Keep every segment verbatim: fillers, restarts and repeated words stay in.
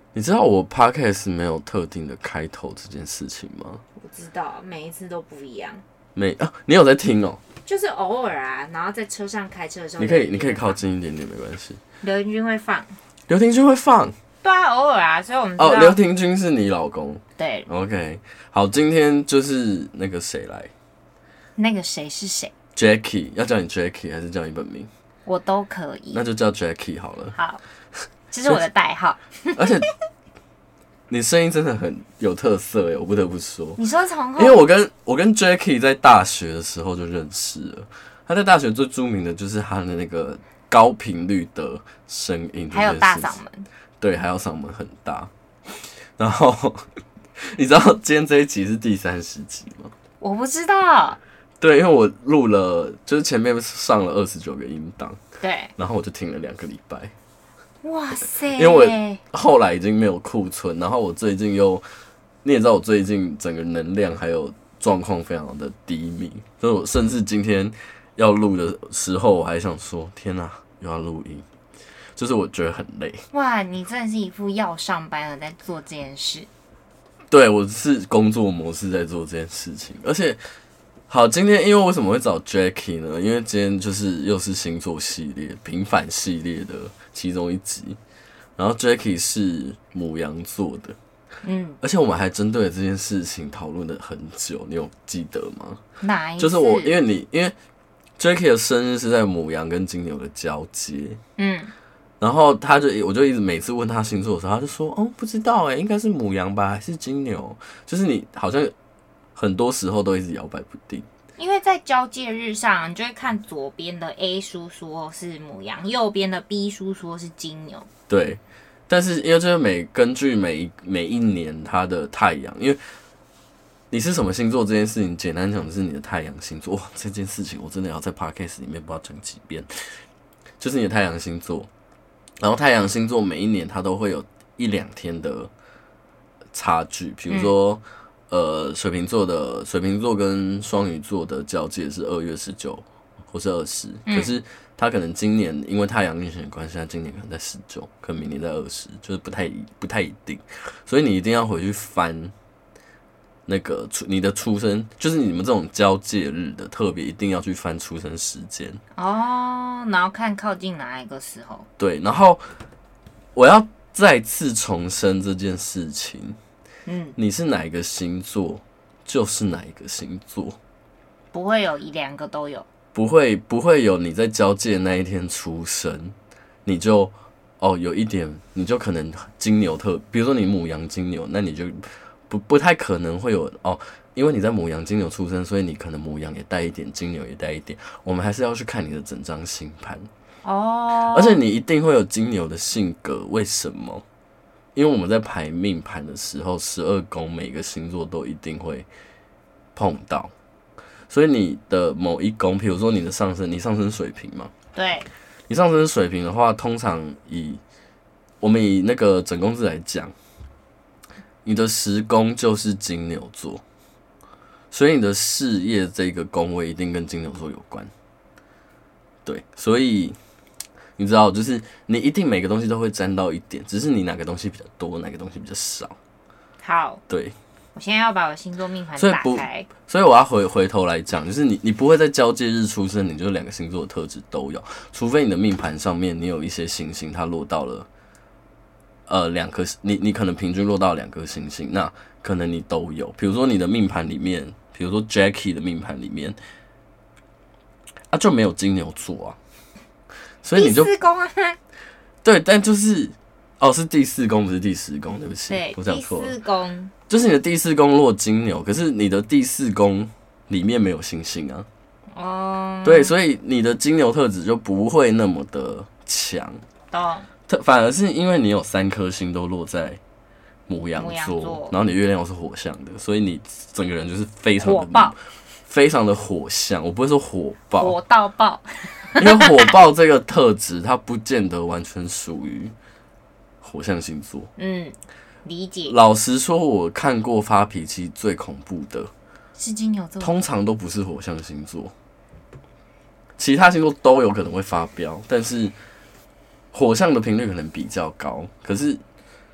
你知道我 podcast 没有特定的开头这件事情吗？ 我知道，每一次都不一样。 没啊，你有在听哦？ 就是偶尔啊，然后在车上开车的时候， 你可以你可以靠近一点点，没关系。 刘婷君会放， 刘婷君会放。 对啊，偶尔啊，所以我们知道哦，刘婷君是你老公。 对 ，OK， 好，今天就是那个谁来？ 那个谁是谁 ？Jackie， 要叫你 Jackie 还是叫你本名？ 我都可以。 那就叫 Jackie 好了。 好，这是我的代号。 而且你声音真的很有特色耶，我不得不说。 你说从后， 因为我跟我跟 Jackie 在大学的时候就认识了。他在大学最著名的就是他的那个高频率的声音， 还有大嗓门。 对，还有嗓门很大。然后你知道今天这一集是第三十集吗？ 我不知道。 对，因为我录了，就是前面上了二十九个音档， 对， 然后我就停了两个礼拜。 哇塞！ 因为我后来已经没有库存，然后我最近又，你也知道我最近整个能量还有状况非常的低迷，所以我甚至今天要录的时候，我还想说，天哪、啊，又要录音，就是我觉得很累。 哇，你真的是一副要上班了在做这件事。 对，我是工作模式在做这件事情，而且。好，今天因为为什么会找 Jackie 呢？因为今天就是又是星座系列平反系列的其中一集，然后 Jackie 是牡羊座的，嗯，而且我们还针对这件事情讨论了很久，你有记得吗？ 哪一次？ 就是我，因为你因为 Jackie 的生日是在牡羊跟金牛的交接，嗯，然后他就我就一直每次问他星座的时候，他就说哦不知道哎、欸，应该是牡羊吧，还是金牛？就是你好像。很多时候都一直摇摆不定， 因为在交界日上，你就会看左边的 A 叔说是牡羊，右边的 B 叔说是金牛。 对，但是因为这每根据每一每一年它的太阳，因为你是什么星座这件事情，简单讲就是你的太阳星座。哇，这件事情我真的要在 podcast 里面不知道讲几遍，就是你的太阳星座。然后太阳星座每一年它都会有一两天的差距，比如说。嗯呃，水瓶座的水瓶座跟双鱼座的交界是二月十九或是二十、嗯，可是他可能今年因为太阳运行的关系，他今年可能在十九，可能明年在二十，就是不太不太一定，所以你一定要回去翻那个你的出生，就是你们这种交界日的特别一定要去翻出生时间哦，然后看靠近哪一个时候。 对，然后我要再次重申这件事情。嗯，你是哪一个星座，就是哪一个星座， 不会有一两个都有， 不会不会有你在交界那一天出生，你就哦有一点，你就可能金牛特，比如说你牡羊金牛，那你就不不太可能会有哦，因为你在牡羊金牛出生，所以你可能牡羊也带一点，金牛也带一点，我们还是要去看你的整张星盘哦，而且你一定会有金牛的性格，为什么？因为我们在排命盘的时候，十二宫每个星座都一定会碰到，所以你的某一宫，比如说你的上升，你上升水瓶嘛， 对， 你上升水瓶的话，通常以我们以那个整宫字来讲，你的十宫就是金牛座，所以你的事业这个宫位一定跟金牛座有关，对，所以。你知道，就是你一定每个东西都会沾到一点，只是你哪个东西比较多，哪个东西比较少。 好， 对， 我现在要把我星座命盘打开， 所以我要回回头来讲，就是你你不会在交界日出生，你就两个星座的特质都有，除非你的命盘上面你有一些行星它落到了呃两颗，你你可能平均落到两颗星星，那可能你都有。比如说你的命盘里面，比如说 Jackie 的命盘里面啊就没有金牛座啊。所以你就第四宫啊， 对，但就是哦，是第四宫，不是第十宫，对不起， 对， 我讲错了。 第四宫就是你的第四宫落金牛，可是你的第四宫里面没有星星啊。哦，对，所以你的金牛特质就不会那么的强。 懂。 反而是因为你有三颗星都落在牡羊座，然后你月亮又是火象的，所以你整个人就是非常的火爆， 非常的火象。我不会说火爆， 火到爆。 因为火爆这个特质，它不见得完全属于火象星座。嗯， 理解。 老实说，我看过发脾气最恐怖的是金牛座， 通常都不是火象星座，其他星座都有可能会发飙，但是火象的频率可能比较高。可是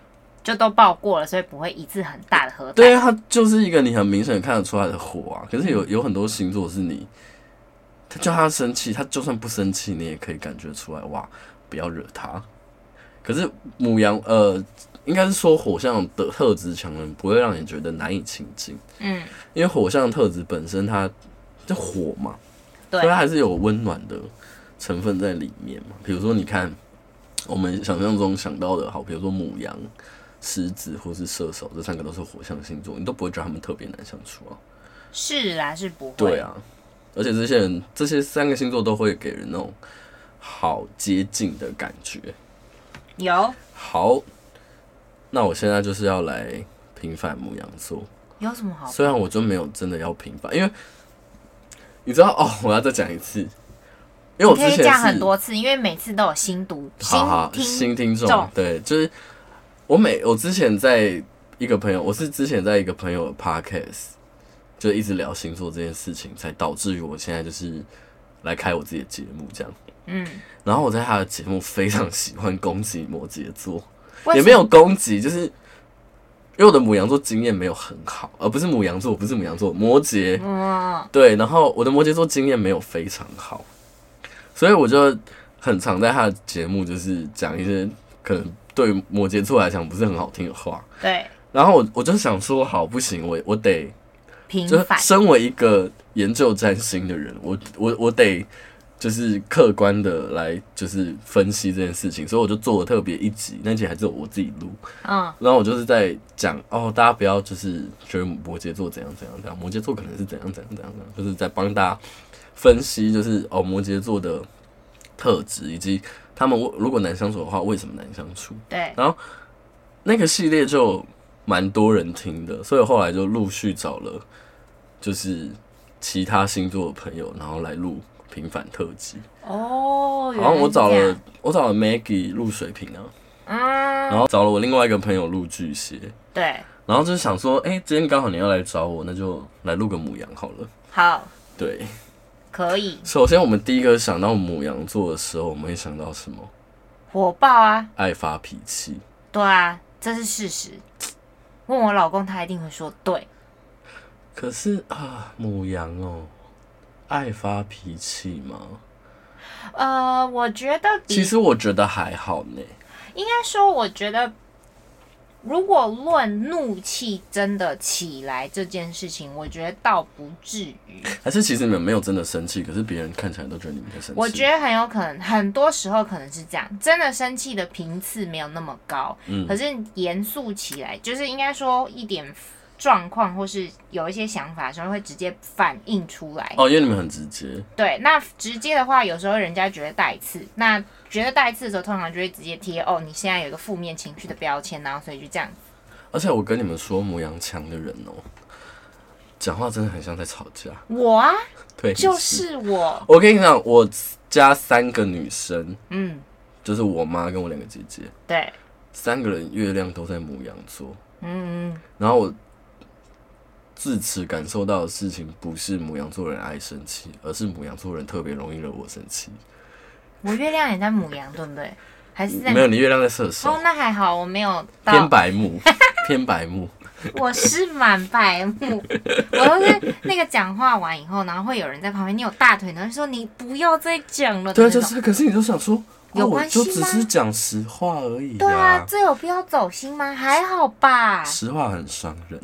就都爆过了，所以不会一次很大的核弹。 对，它就是一个你很明显看得出来的火啊。可是有有很多星座是你，他叫他生气，他就算不生气，你也可以感觉出来，哇，不要惹他。可是牡羊，呃，应该是说火象的特质强人不会让你觉得难以亲近，嗯，因为火象特质本身它就火嘛，对，所以它还是有温暖的成分在里面嘛。比如说，你看我们想象中想到的，好，比如说牡羊、狮子或是射手，这三个都是火象星座，你都不会觉得他们特别难相处啊。 是啊，是不会。 对啊，而且这些人，这些三个星座都会给人那种好接近的感觉。 有。 好，那我现在就是要来平反牡羊座。 有什么好？ 虽然我就没有真的要平反，因为你知道哦，我要再讲一次，因为我之前是你可以讲很多次，因为每次都有新读、 好好新听众，对，就是我每我之前在一个朋友，我是之前在一个朋友的 podcast， 就一直聊星座这件事情，才导致于我现在就是来开我自己的节目这样。嗯，然后我在他的节目非常喜欢攻击摩羯座，也没有攻击，就是因为我的牡羊座经验没有很好，而不是牡羊座，不是牡羊座，摩羯，嗯，对，然后我的摩羯座经验没有非常好，所以我就很常在他的节目就是讲一些可能对摩羯座来讲不是很好听的话， 对， 然后我我就想说，好，不行，我我得平反，就身为一个研究占星的人，我我我得。就是客观的来，就是分析这件事情，所以我就做了特别一集，那集还是我自己录，嗯，然后我就是在讲哦，大家不要就是觉得摩羯座怎样怎样怎样，摩羯座可能是怎样怎样怎样怎样，就是在帮大家分析，就是哦摩羯座的特质，以及他们如果难相处的话，为什么难相处？ 对， 然后那个系列就蛮多人听的，所以后来就陆续找了就是其他星座的朋友，然后来录。平反特辑哦， 然后我找了我找了 Maggie 录水瓶啊，嗯，然后找了我另外一个朋友录巨蟹， 对， 然后就是想说，哎、欸，今天刚好你要来找我，那就来录个牡羊好了。 好， 对， 可以。 首先，我们第一个想到牡羊座的时候，我们会想到什么？ 火爆啊， 爱发脾气。 对啊，这是事实。问我老公，他一定会说对。 可是啊，牡羊哦。爱发脾气吗？ 呃，我觉得其实我觉得还好呢。 应该说，我觉得如果论怒气真的起来这件事情，我觉得倒不至于。 还是其实你们没有真的生气，可是别人看起来都觉得你们在生气。 我觉得很有可能，很多时候可能是这样，真的生气的频次没有那么高，嗯，可是严肃起来，就是应该说一点。状况或是有一些想法的时候，会直接反映出来。 哦，因为你们很直接。 对，那直接的话，有时候人家觉得带刺，那觉得带刺的时候，通常就会直接贴哦，你现在有一个负面情绪的标签，然后所以就这样。 而且我跟你们说，牡羊强的人哦，讲话真的很像在吵架。 我啊， 对， 就是我。 我跟你讲，我家三个女生，嗯，就是我妈跟我两个姐姐， 对， 三个人月亮都在牡羊座，嗯，然后我。自此感受到的事情不是牡羊座人爱生气，而是牡羊座人特别容易惹我生气。 我月亮也在牡羊，对不对？还是在没有？你月亮在射手。 哦，那还好，我没有到偏白目，偏白目。 我是蛮白目，我都是那个讲话完以后，然后会有人在旁边，你有大腿，然后就说你不要再讲了。 对，就是，可是你就想说， 有关系吗？ 我就只是讲实话而已、啊。 对啊，这有必要走心吗？还好吧。 实话很伤人。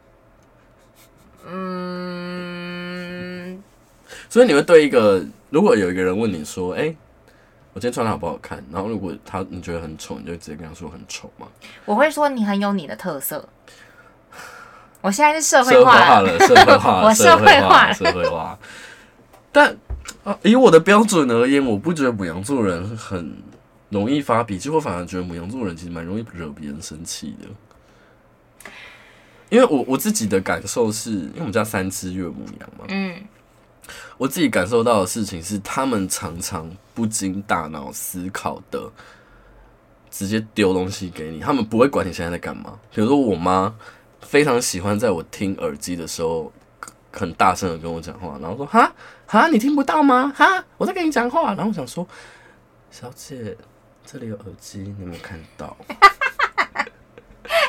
嗯， 所以你会对一个，如果有一个人问你说，哎、欸，我今天穿的好不好看？然后如果他你觉得很丑，你就直接跟他说很丑吗？ 我会说你很有你的特色。我现在是社会化了，社会化了， 我社会化了， 社会化。但、啊、以我的标准而言，我不觉得牡羊座人很容易发脾气，我反而觉得牡羊座人其实蛮容易惹别人生气的。因为我我自己的感受是，因为我们家三只月牡羊嘛，嗯，我自己感受到的事情是，他们常常不经大脑思考的，直接丢东西给你，他们不会管你现在在干嘛。比如说我妈非常喜欢在我听耳机的时候，很大声的跟我讲话，然后说哈哈你听不到吗？哈我在跟你讲话，然后我想说，小姐这里有耳机，你有没有看到？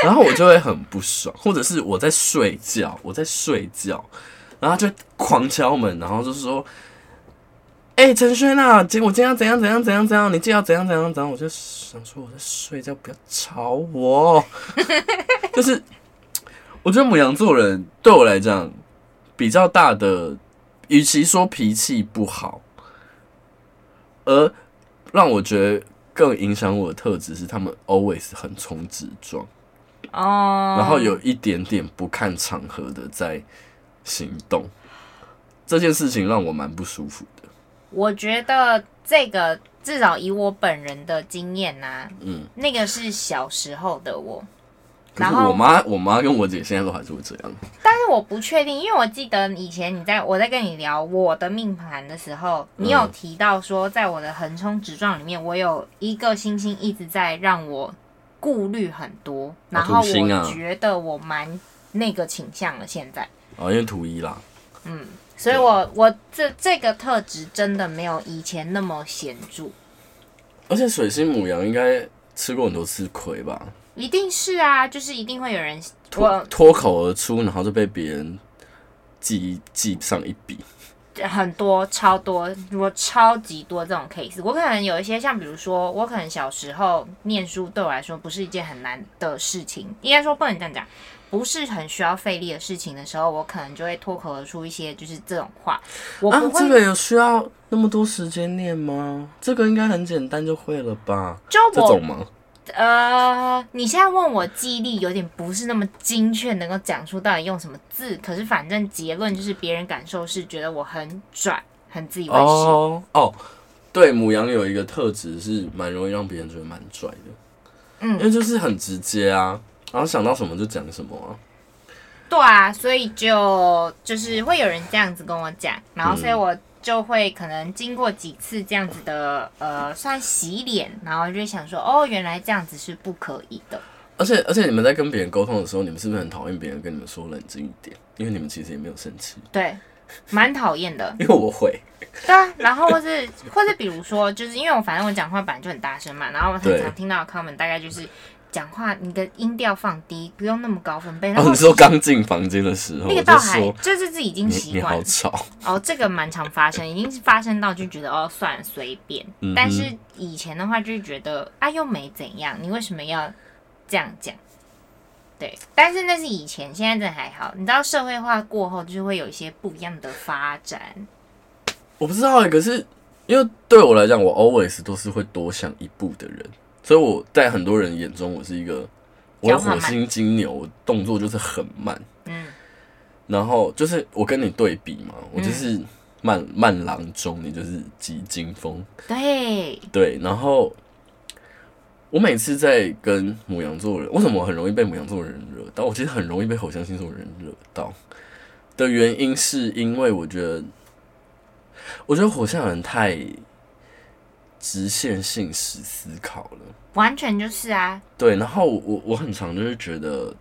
然后我就会很不爽，或者是我在睡觉，我在睡觉，然后他就狂敲门，然后就说：“哎、欸，陈轩啊，我今天要怎样怎样怎样怎样，你今天要怎样怎样怎样。”我就想说我在睡觉，不要吵我。就是我觉得牡羊座人对我来讲比较大的，与其说脾气不好，而让我觉得更影响我的特质是，他们 always 很冲直撞， 哦， 然后有一点点不看场合的在行动，这件事情让我蛮不舒服的。 我觉得这个至少以我本人的经验啊，嗯，那个是小时候的我。 可是我妈、我妈跟我姐现在都还是会这样。 但是我不确定，因为我记得以前你在我在跟你聊我的命盘的时候，你有提到说，在我的横冲直撞里面，我有一个星星一直在让我顾虑很多，然后我觉得我蛮那个倾向了。现在哦，因为土一啦， 嗯，所以我我这这个特质真的没有以前那么显著。 而且水星牡羊应该吃过很多次亏吧？ 一定是啊，就是一定会有人脱脱口而出，然后就被别人记记上一笔。 很多超多，我超级多这种 case。我可能有一些像比如说，我可能小时候念书对我来说不是一件很难的事情，应该说不能这样讲，不是很需要费力的事情的时候，我可能就会脱口而出一些就是这种话。我不会、 啊、这个有需要那么多时间念吗？这个应该很简单就会了吧？ 就我这种吗？ 呃，你现在问我记忆力有点不是那么精确，能够讲出到底用什么字。可是反正结论就是别人感受是觉得我很拽，很自以为是。 哦哦，对，牡羊有一个特质是蛮容易让别人觉得蛮拽的，嗯，因为就是很直接啊，然后想到什么就讲什么啊。 对啊，所以就就是会有人这样子跟我讲，然后所以我就会可能经过几次这样子的呃算洗脸，然后就会想说哦，原来这样子是不可以的。 而且而且你们在跟别人沟通的时候，你们是不是很讨厌别人跟你们说冷静一点？因为你们其实也没有生气。 对，蛮讨厌的。 因为我会。 对啊，然后或是或是比如说，就是因为我反正我讲话本来就很大声嘛，然后我很常听到的 comment 大概就是。讲话你的音调放低，不用那么高分贝。然后哦，你说刚进房间的时候， 那个倒还就是自己已经习惯。 你好吵哦，这个蛮常发生，已经是发生到就觉得哦算了随便、嗯。但是以前的话就是觉得啊又没怎样，你为什么要这样讲？对，但是那是以前，现在真的还好。你知道社会化过后，就是会有一些不一样的发展。 我不知道哎、欸，可是因为对我来讲，我 always 都是会多想一步的人。所以我在很多人眼中，我是一个我的火星金牛，动作就是很慢，嗯，然后就是我跟你对比嘛，我就是慢、嗯、慢郎中，你就是急惊风， 对对，然后我每次在跟牡羊座人，为什么我很容易被牡羊座人惹到？我其实很容易被火象星座人惹到的原因，是因为我觉得，我觉得火象人太。直线性史思考了， 完全就是啊。 对，然后我我很常就是觉得，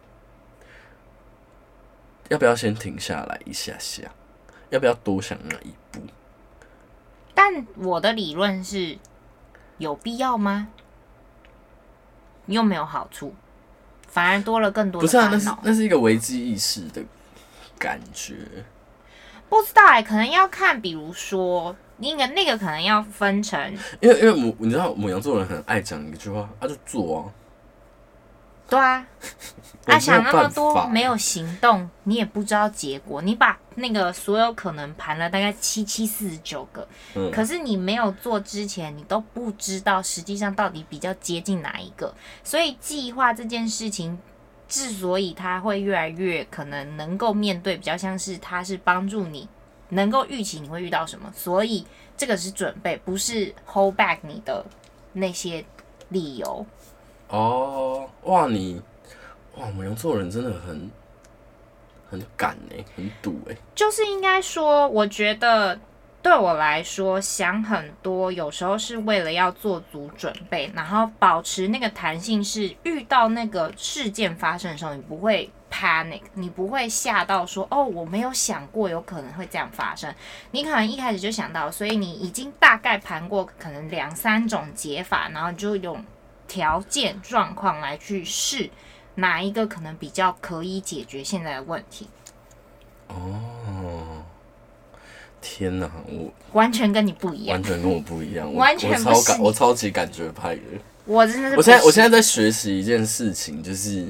要不要先停下来一下下？要不要多想那一步？ 但我的理论是，有必要吗？又没有好处，反而多了更多的烦恼。 不是啊，那是那是一个危机意识的感觉。 不知道哎、欸，可能要看，比如说。那个那个可能要分成， 因为因为母你知道牡羊座人很爱讲一句话，他、啊、就做啊， 对啊，他、啊、想那么多没有行动，你也不知道结果，你把那个所有可能盘了大概七七四十九个、嗯，可是你没有做之前，你都不知道实际上到底比较接近哪一个，所以计划这件事情之所以它会越来越可能能够面对，比较像是它是帮助你。能够预期你会遇到什么，所以这个是准备，不是 hold back 你的那些理由。 哦，哇，你哇，牡羊座人真的很很敢哎、欸，很赌哎、欸。 就是应该说，我觉得对我来说，想很多有时候是为了要做足准备，然后保持那个弹性，是遇到那个事件发生的时候，你不会。panic， 你不会吓到说哦，我没有想过有可能会这样发生。你可能一开始就想到，所以你已经大概盘过可能两三种解法，然后就用条件状况来去试， 哪一个可能比较可以解决现在的问题。 哦，天哪，我完全跟你不一样， 完全跟我不一样， 完全不是我超感，我超级感觉派的。 我真的是， 我现在我现在在学习一件事情，就是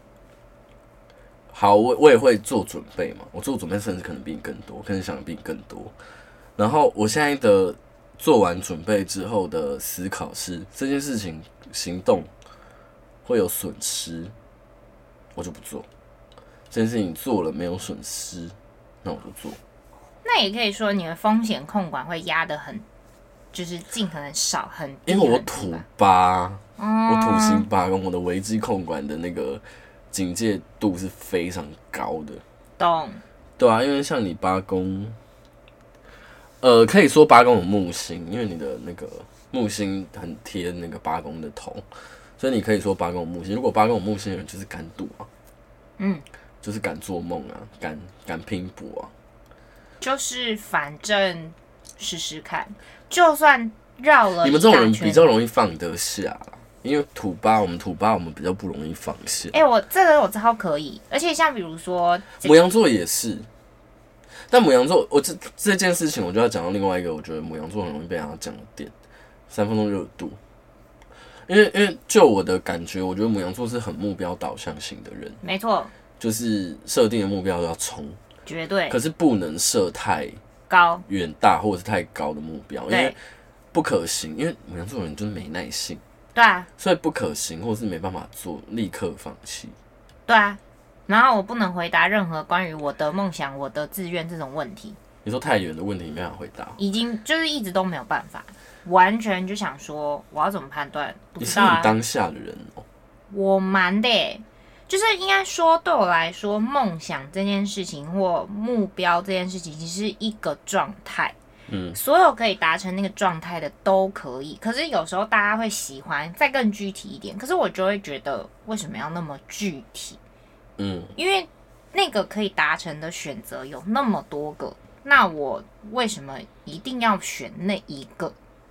好，我我也会做准备嘛，我做准备甚至可能比你更多，可能想的比你更多。然后我现在的做完准备之后的思考是，这件事情行动会有损失，我就不做。这件事情做了没有损失，那我就做。 那也可以说你的风险控管会压得很，就是尽可能少很低， 因为我土八， 嗯、 我土星八宫，我的危机控管的那个警戒度是非常高的。 懂？ 对啊，因为像你八宫，呃，可以说八宫有木星，因为你的那个木星很贴那个八宫的头，所以你可以说八宫有木星。如果八宫有木星的人，就是敢赌啊， 嗯， 就是敢做梦啊，敢敢拼搏啊。 就是反正试试看，就算绕了。 你们这种人比较容易放得下啦，因为土八，我们土八我们比较不容易放下。 哎、欸，我这个我超可以，而且像比如说牡羊座也是，但牡羊座我这这件事情我就要讲到另外一个，我觉得牡羊座很容易被人家讲的点，三分钟热度。因为因为就我的感觉，我觉得牡羊座是很目标导向型的人， 没错， 就是设定的目标要冲。 绝对， 可是不能设太高、 远大或者是太高的目标，因为不可行。因为牡羊座人就是没耐性， 对啊， 所以不可行或是没办法做，立刻放弃。 对啊，然后我不能回答任何关于我的梦想、我的志愿这种问题。 你说太远的问题，你没办法回答， 已经就是一直都没有办法，完全就想说我要怎么判断，不知道啊。 你是很当下的人哦、喔， 我蛮的耶。就是应该说，对我来说，梦想这件事情或目标这件事情，其实是一个状态。嗯，所有可以达成那个状态的都可以。可是有时候大家会喜欢再更具体一点，可是我就会觉得，为什么要那么具体？嗯，因为那个可以达成的选择有那么多个，那我为什么一定要选那一个？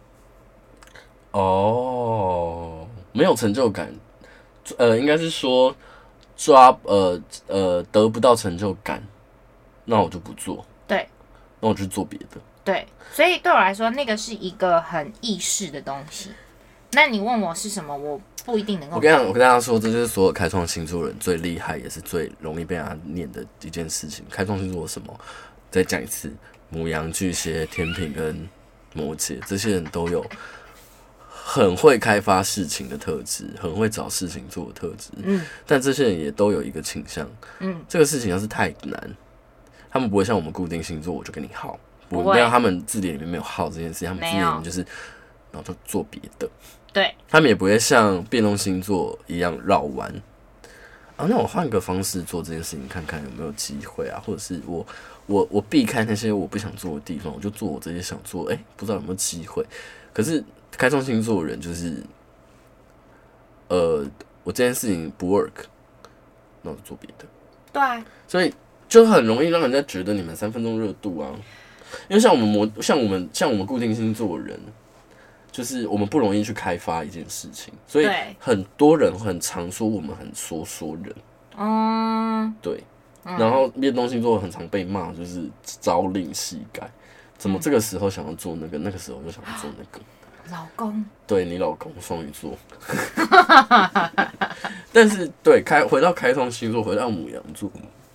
哦，没有成就感，呃，应该是说。抓呃呃得不到成就感，那我就不做。 对， 那我就做别的。 对，所以对我来说，那个是一个很意识的东西。那你问我是什么，我不一定能够。 我跟我跟大家说，这就是所有开创星座人最厉害，也是最容易被人家念的一件事情。开创星座什么？再讲一次：牡羊、巨蟹、天秤跟摩羯，这些人都有。很会开发事情的特质，很会找事情做的特质，嗯，但这些人也都有一个倾向，嗯，这个事情要是太难，他们不会像我们固定星座，我就跟你耗，不会，他们字典里面没有耗这件事情，他们字典里面就是，然后就做别的， 对， 他们也不会像变动星座一样绕弯，啊，那我换个方式做这件事情，看看有没有机会啊，或者是我我我避开那些我不想做的地方，我就做我这些想做，哎、欸，不知道有没有机会，可是。开创星座的人就是，呃，我这件事情不 work， 那我就做别的。 对啊， 所以就很容易让人家觉得你们三分钟热度啊。因为像我们模，像我们像我们固定星座的人，就是我们不容易去开发一件事情，所以很多人很常说我们很说说人。嗯，对。然后变动星座很常被骂，就是朝令夕改，怎么这个时候想要做那个，那个时候又想要做那个。 老公， 对你老公双鱼座，但是对开回到开创星座，回到牡羊座，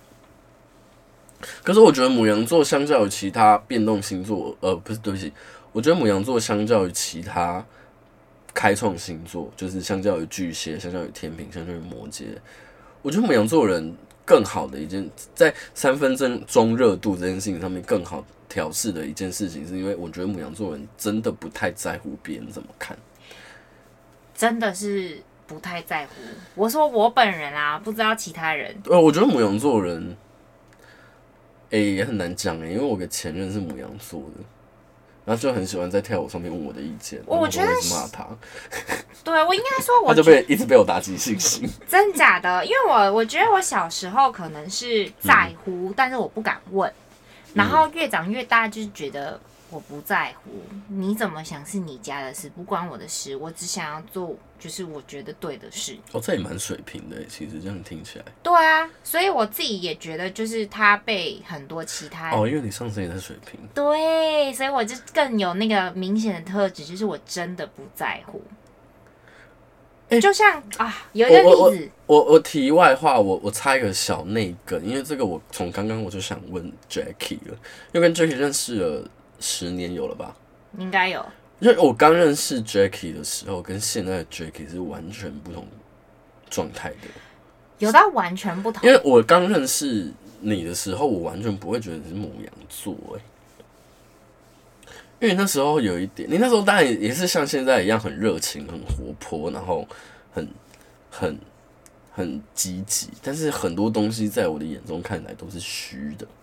可是我觉得牡羊座相较于其他变动星座，呃，不是，对不起，我觉得牡羊座相较于其他开创星座，就是相较于巨蟹、相较于天秤、相较于摩羯，我觉得牡羊座人更好的一件，在三分钟热度这件事情上面更好。调试的一件事情，是因为我觉得牡羊座人真的不太在乎别人怎么看， 真的是不太在乎。我说我本人啊，不知道其他人。 呃，我觉得牡羊座人，哎、欸，也很难讲哎、欸，因为我个前任是牡羊座的，然后就很喜欢在跳舞上面问我的意见， 我觉得是骂他。 对，我应该说我， 他就被一直被我打击信心。 真假的？因为我我觉得我小时候可能是在乎，嗯、但是我不敢问。然后越长越大，就是觉得我不在乎，你怎么想是你家的事，不关我的事，我只想要做就是我觉得对的事。 哦，这也蛮水平的，其实这样听起来。 对啊，所以我自己也觉得，就是他被很多其他哦，因为你上升也在水平。 对，所以我就更有那个明显的特质，就是我真的不在乎。欸、就像啊，有一个例子， 我我我我题外话，我我插一个小内梗，因为这个我从刚刚我就想问 Jackie 了，因为跟 Jackie 认识了十年有了吧？ 应该有。 因为我刚认识 Jackie 的时候，跟现在的 Jackie 是完全不同状态的， 有到完全不同。 因为我刚认识你的时候，我完全不会觉得你是牡羊座，哎。因为那时候有一点，你那时候当然也是像现在一样很热情、很活泼，然后很很很积极，但是很多东西在我的眼中看来都是虚的，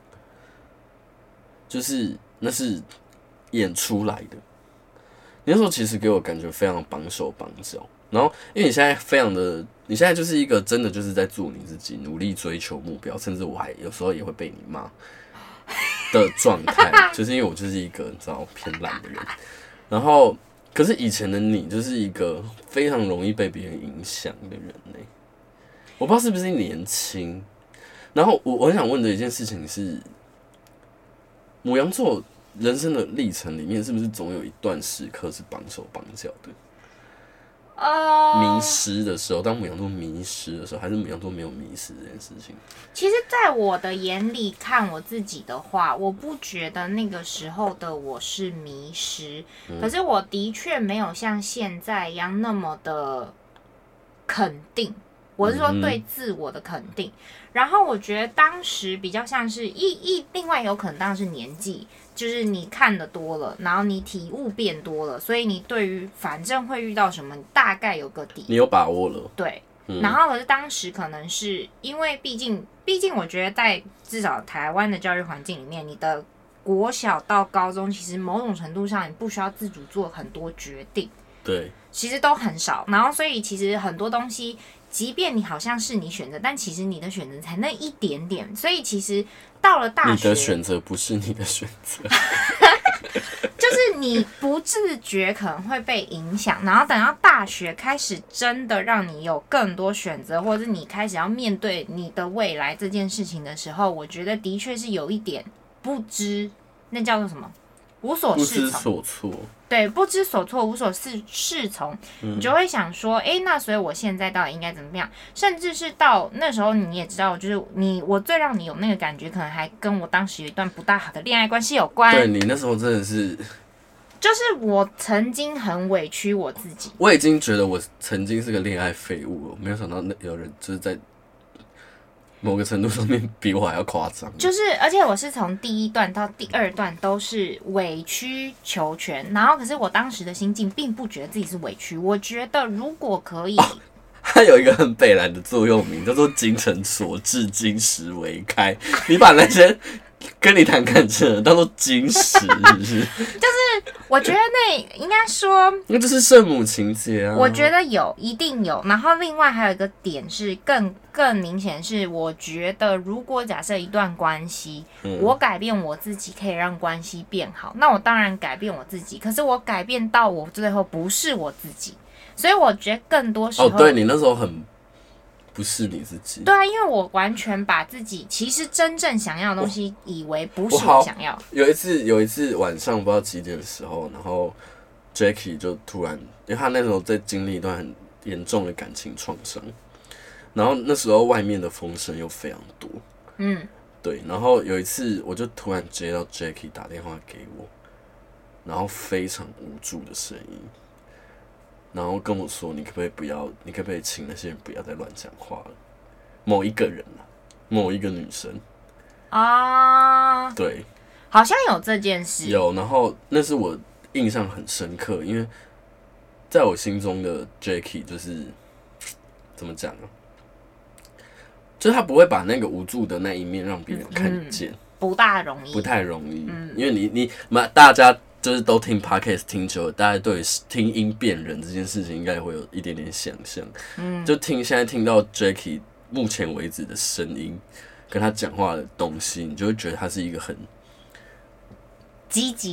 就是那是演出来的。你那时候其实给我感觉非常绑手绑脚，然后因为你现在非常的，你现在就是一个真的就是在做你自己，努力追求目标，甚至我还有时候也会被你骂的状态，就是因为我就是一个你知道偏懒的人，然后可是以前的你就是一个非常容易被别人影响的人呢。我不知道是不是年轻，然后我我很想问的一件事情是，牡羊座人生的历程里面，是不是总有一段时刻是绑手绑脚的？ 呃， 迷失的时候，当牡羊座迷失的时候，还是牡羊座没有迷失这件事情？ 其实，在我的眼里看我自己的话，我不觉得那个时候的我是迷失，嗯、可是我的确没有像现在一样那么的肯定。我是说对自我的肯定，嗯、然后我觉得当时比较像是一一，另外有可能当然是年纪，就是你看的多了，然后你体悟变多了，所以你对于反正会遇到什么，你大概有个底， 你有把握了。 对，嗯、然后可是当时可能是因为毕竟，毕竟我觉得在至少台湾的教育环境里面，你的国小到高中，其实某种程度上你不需要自主做很多决定， 对， 其实都很少，然后所以其实很多东西。即便你好像是你选择，但其实你的选择才那一点点，所以其实到了大学， 你的选择不是你的选择， 就是你不自觉可能会被影响，然后等到大学开始真的让你有更多选择，或者是你开始要面对你的未来这件事情的时候，我觉得的确是有一点不知，那叫做什么？无所适从， 不知所措。 对，不知所措，无所适从，你就会想说，哎、欸，那所以我现在到底应该怎么样？甚至是到那时候，你也知道，就是你，我最让你有那个感觉，可能还跟我当时有一段不大好的恋爱关系有关。 对，你那时候真的是， 就是我曾经很委屈我自己， 我已经觉得我曾经是个恋爱废物了，没有想到有人就是在某个程度上面比我还要夸张， 就是，而且我是从第一段到第二段都是委曲求全，然后可是我当时的心境并不觉得自己是委屈，我觉得如果可以，哦、 它有一个很北蓝的座右铭，叫做"精诚所至，金石为开"。你把那些跟你谈感情的当做金石，是不是？ 就是我觉得那应该说， 那就是圣母情节啊。 我觉得有，一定有。然后另外还有一个点是更更明显是，我觉得如果假设一段关系，嗯、我改变我自己可以让关系变好，那我当然改变我自己。可是我改变到我最后不是我自己，所以我觉得更多时候， 哦，对你那时候很。不是你自己， 对啊，因为我完全把自己其实真正想要的东西，以为不是我想要。 有一次，有一次晚上不知道几点的时候，然后 Jackie 就突然，因为他那时候在经历一段很严重的感情创伤，然后那时候外面的风声又非常多，嗯，对，然后有一次我就突然接到 Jackie 打电话给我，然后非常无助的声音。然后跟我说：“你可不可以不要？你可不可以请那些人不要再乱讲话了？某一个人啊，某一个女生啊， 对， 好像有这件事。 有，然后那是我印象很深刻，因为在我心中的 Jackie 就是怎么讲啊？就是他不会把那个无助的那一面让别人看见，嗯、 不大容易， 不太容易，嗯、因为你你大家。”就是都听 podcast 听久了，大家对听音辨人这件事情应该会有一点点想象。嗯，就听现在听到 Jackie 目前为止的声音，跟他讲话的东西，你就会觉得他是一个很积极，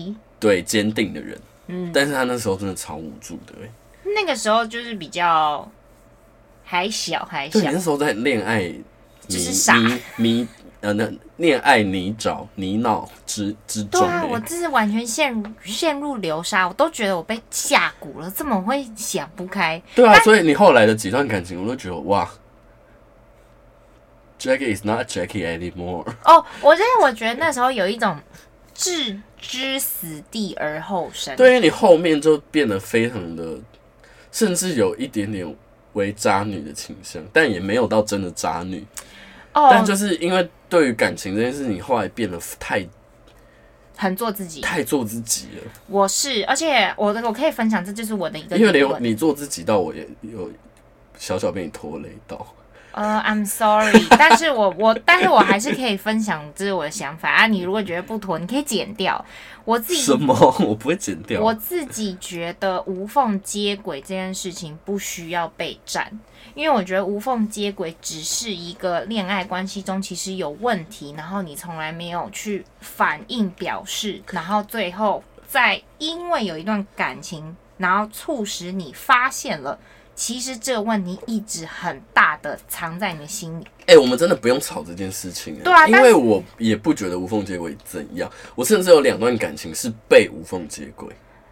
对坚定的人。嗯，但是他那时候真的超无助的、欸。 那个时候就是比较还小还小， 对，那时候在恋爱就是傻迷迷呃那恋爱泥沼泥淖之之中、欸。 对啊，我真是完全陷入陷入流沙，我都觉得我被下蛊了，这么会想不开。 对啊，所以你后来的几段感情，我都觉得哇 ，Jackie is not Jackie anymore。 哦，我真的我觉得那时候有一种置之死地而后生。 对，因为你后面就变得非常的，甚至有一点点为渣女的倾向，但也没有到真的渣女。哦，但就是因为对于感情这件事，你后来变得太很做自己， 太做自己了。 我是，而且我的我可以分享，这就是我的一个， 因为连你做自己到我也有小小被你拖累到。 呃、uh, ，I'm sorry， 但是我我但是我还是可以分享这是我的想法啊。你如果觉得不妥，你可以剪掉。我自己什么？我不会剪掉。 我自己觉得无缝接轨这件事情不需要被占，因为我觉得无缝接轨只是一个恋爱关系中其实有问题，然后你从来没有去反应表示，然后最后再因为有一段感情，然后促使你发现了。其实这个问题一直很大的藏在你的心里。 哎、欸，我们真的不用吵这件事情、欸。 对啊， 因为我也不觉得无缝接轨怎样。我甚至有两段感情是被无缝接轨。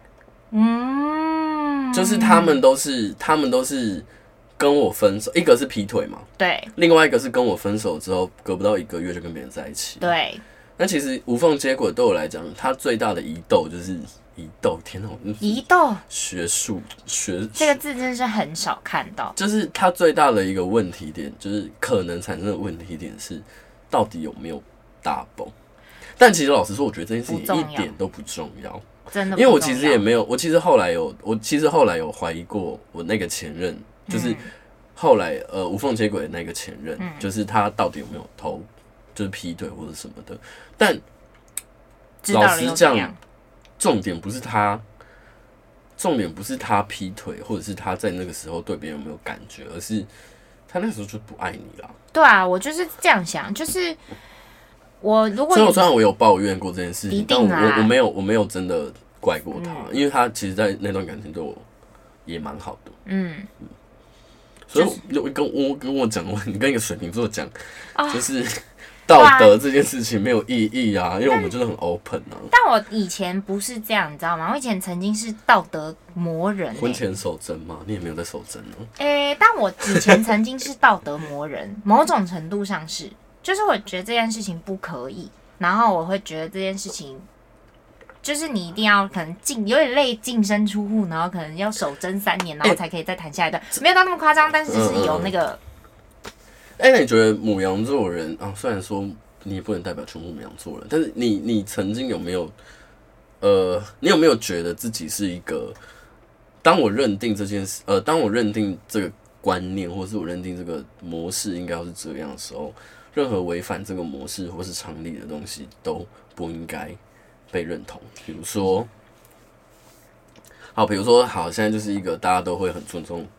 嗯，就是他们都是，他们都是跟我分手，一个是劈腿嘛， 对， 另外一个是跟我分手之后，隔不到一个月就跟别人在一起。 对。 那其实无缝接轨对我来讲，它最大的疑窦就是疑窦。天哪， 疑窦学术学这个字真的是很少看到。 就是它最大的一个问题点，就是可能产生的问题点是，到底有没有大崩？但其实老实说，我觉得这件事情一点都不重要， 真的。 因为我其实也没有，我其实后来有，我其实后来有怀疑过我那个前任，就是后来呃无缝接轨的那个前任，嗯、就是他到底有没有偷。就是劈腿或者什么的，但老实讲，重点不是他，重点不是他劈腿，或者是他在那个时候对别人有没有感觉，而是他那个时候就不爱你啦。 对啊，我就是这样想，就是我如果所以我虽然我有抱怨过这件事情，但我我我没有我没有真的怪过他，嗯、因为他其实，在那段感情对我也蛮好的。嗯。嗯所以我跟我跟我讲，你跟一个水瓶座讲，啊、就是。道德这件事情没有意义啊，因为我们就是很 open 啊。 但我以前不是这样，你知道吗？我以前曾经是道德魔人、欸。 婚前守贞吗？你也没有在守贞哦。 诶、欸，但我以前曾经是道德魔人，某种程度上是，就是我觉得这件事情不可以，然后我会觉得这件事情，就是你一定要可能进有点类净身出户，然后可能要守贞三年，然后才可以再谈下一段，欸、没有到那么夸张，但是就是有那个。 哎、欸，那你觉得牡羊座人啊？虽然说你也不能代表全部牡羊座人，但是你你曾经有没有呃，你有没有觉得自己是一个？当我认定这件事，呃，当我认定这个观念，或是我认定这个模式应该要是这样的时候，任何违反这个模式或是常理的东西都不应该被认同。比如说，好，比如说，好，现在就是一个大家都会很尊重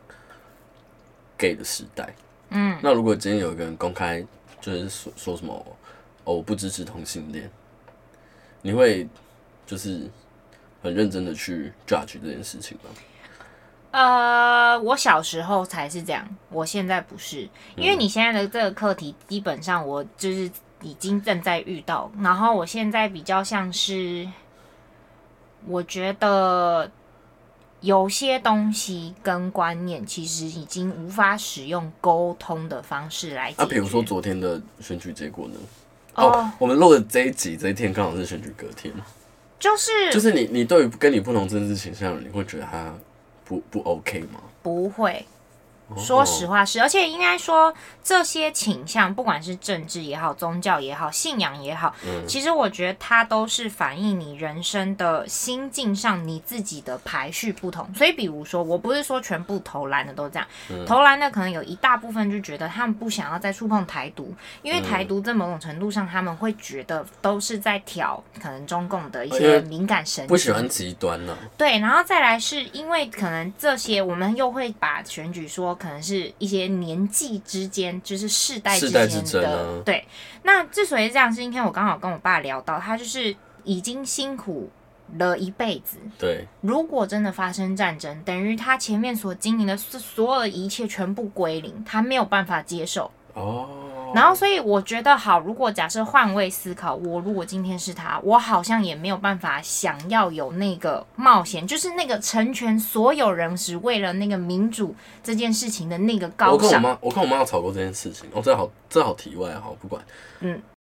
gay 的时代。嗯，那如果今天有一个人公开就是说说什么哦，我不支持同性恋，你会就是很认真的去 judge 这件事情吗？ 呃，我小时候才是这样，我现在不是，因为你现在的这个课题，基本上我就是已经正在遇到，然后我现在比较像是，我觉得。有些东西跟观念其实已经无法使用沟通的方式来解决。 啊，比如说昨天的选举结果呢？哦，哦我们录的这一集这一天刚好是选举隔天， 就是就是你你对于跟你不同政治倾向的人，你会觉得他不不 OK 吗？ 不会。说实话是，而且应该说这些倾向，不管是政治也好、宗教也好、信仰也好，嗯、其实我觉得它都是反映你人生的心境上你自己的排序不同。所以，比如说，我不是说全部投蓝的都这样，嗯、投蓝的可能有一大部分就觉得他们不想要再触碰台独，因为台独在某种程度上他们会觉得都是在挑可能中共的一些敏感神经， 不喜欢极端呢、啊。 对，然后再来是因为可能这些，我们又会把选举说。可能是一些年纪之间，就是世代之间的，对。那之所以这样，是因为我刚好跟我爸聊到，他就是已经辛苦了一辈子。 对， 如果真的发生战争，等于他前面所经营的所有的一切全部归零，他没有办法接受。 哦。 然后，所以我觉得好，如果假设换位思考，我如果今天是他，我好像也没有办法想要有那个冒险，就是那个成全所有人只为了那个民主这件事情的那个高尚。 我跟我妈，我跟我妈有吵过这件事情。哦，这好，这好题外，好不管。 嗯，